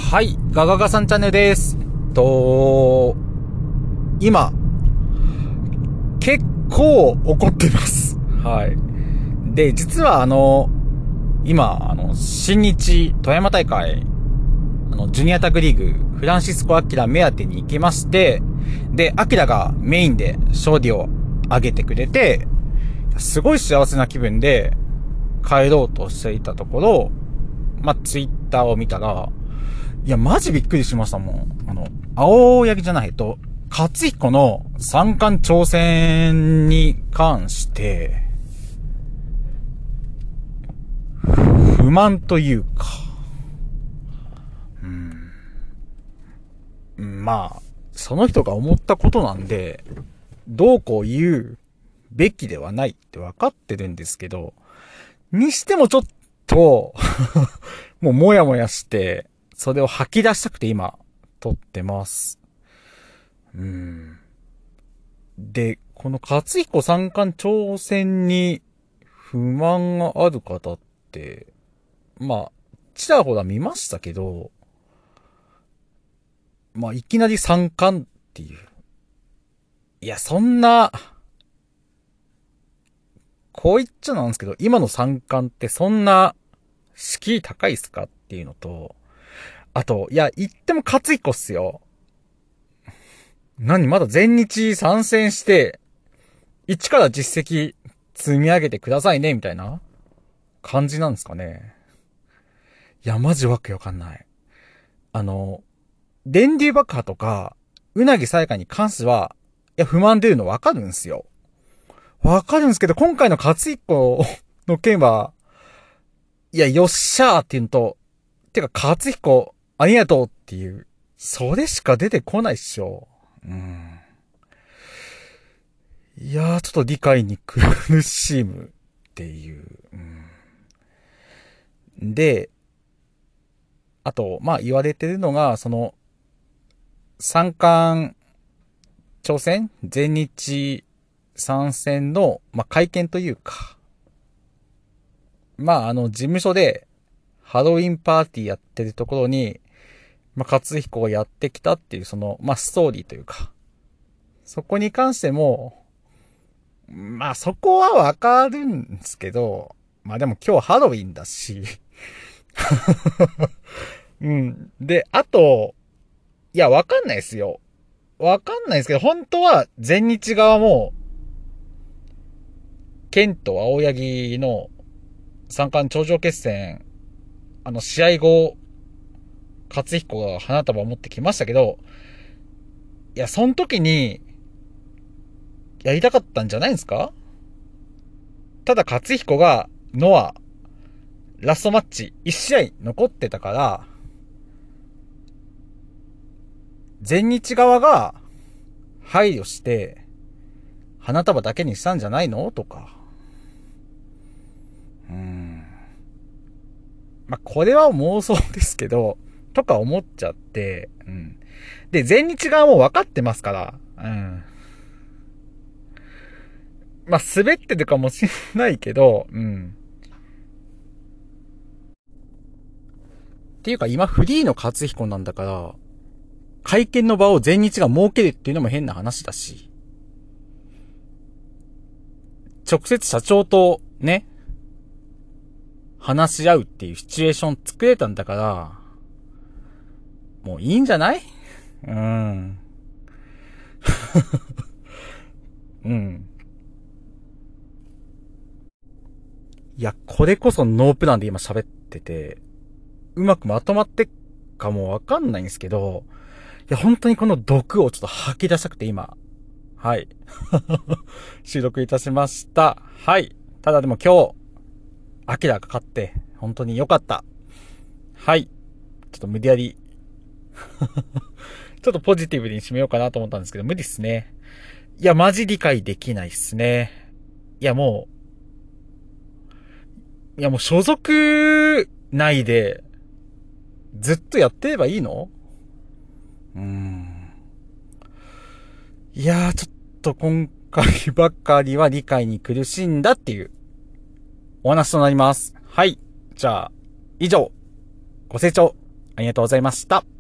はい、ガガガさんチャンネルです。今、結構怒ってます。はい。で、実は今、新日富山大会、ジュニアタッグリーグ、フランシスコ・アキラ目当てに行きまして、で、アキラがメインで勝利を挙げてくれて、すごい幸せな気分で帰ろうとしていたところ、ツイッターを見たら、いや、マジびっくりしましたもん。青柳じゃない、勝彦の三冠挑戦に関して、不満というか、その人が思ったことなんで、どうこう言うべきではないって分かってるんですけど、にしてもちょっと、もうもやもやして、それを吐き出したくて今、撮ってます。で、この勝彦三冠挑戦に不満がある方って、ちらほら見ましたけど、いきなり三冠っていう。いや、そんな、こう言っちゃなんですけど、今の三冠ってそんな、敷居高いっすかっていうのと、あと、いや、言っても勝彦っすよ。まだ全日参戦して、一から実績積み上げてくださいね、みたいな感じなんですかね。いや、マジわけわかんない。電流爆破とか、うなぎさやかに関しては、いや、不満出るのわかるんですよ。わかるんですけど、今回の勝彦の件は、いや、よっしゃーっていうのと、てか、勝彦、ありがとうっていう、それしか出てこないっしょ。いやー、ちょっと理解に苦しむっていう。で、あと、言われてるのが、三冠挑戦全日参戦の、会見というか、事務所でハロウィンパーティーやってるところに、勝彦がやってきたっていう、ストーリーというか、そこに関しても、そこはわかるんですけど、でも今日ハロウィンだし、で、あと、いや、わかんないですよ。わかんないですけど、本当は全日側も、ケンと青柳の三冠頂上決戦、試合後、勝彦が花束を持ってきましたけど、いや、その時に、やりたかったんじゃないんですか？ただ勝彦が、ノア、ラストマッチ、1試合残ってたから、全日側が、配慮して、花束だけにしたんじゃないのとか。これは妄想ですけど、とか思っちゃって、で、全日側も分かってますから、滑ってるかもしれないけど、っていうか今フリーの勝彦なんだから、会見の場を全日が設けるっていうのも変な話だし、直接社長とね、話し合うっていうシチュエーション作れたんだから、もういいんじゃない？いや、これこそノープランで今喋ってて、うまくまとまってっかもわかんないんですけど、いや、本当にこの毒をちょっと吐き出したくて今、はい。収録いたしました。はい。ただでも今日、アキラが勝って、本当に良かった。はい。ちょっと無理やり、ちょっとポジティブに締めようかなと思ったんですけど、無理っすね。いや、マジ理解できないっすね。いや、も所属内で、ずっとやってればいいの？いやー、ちょっと今回ばかりは理解に苦しんだっていうお話となります。はい。じゃあ、以上、ご清聴ありがとうございました。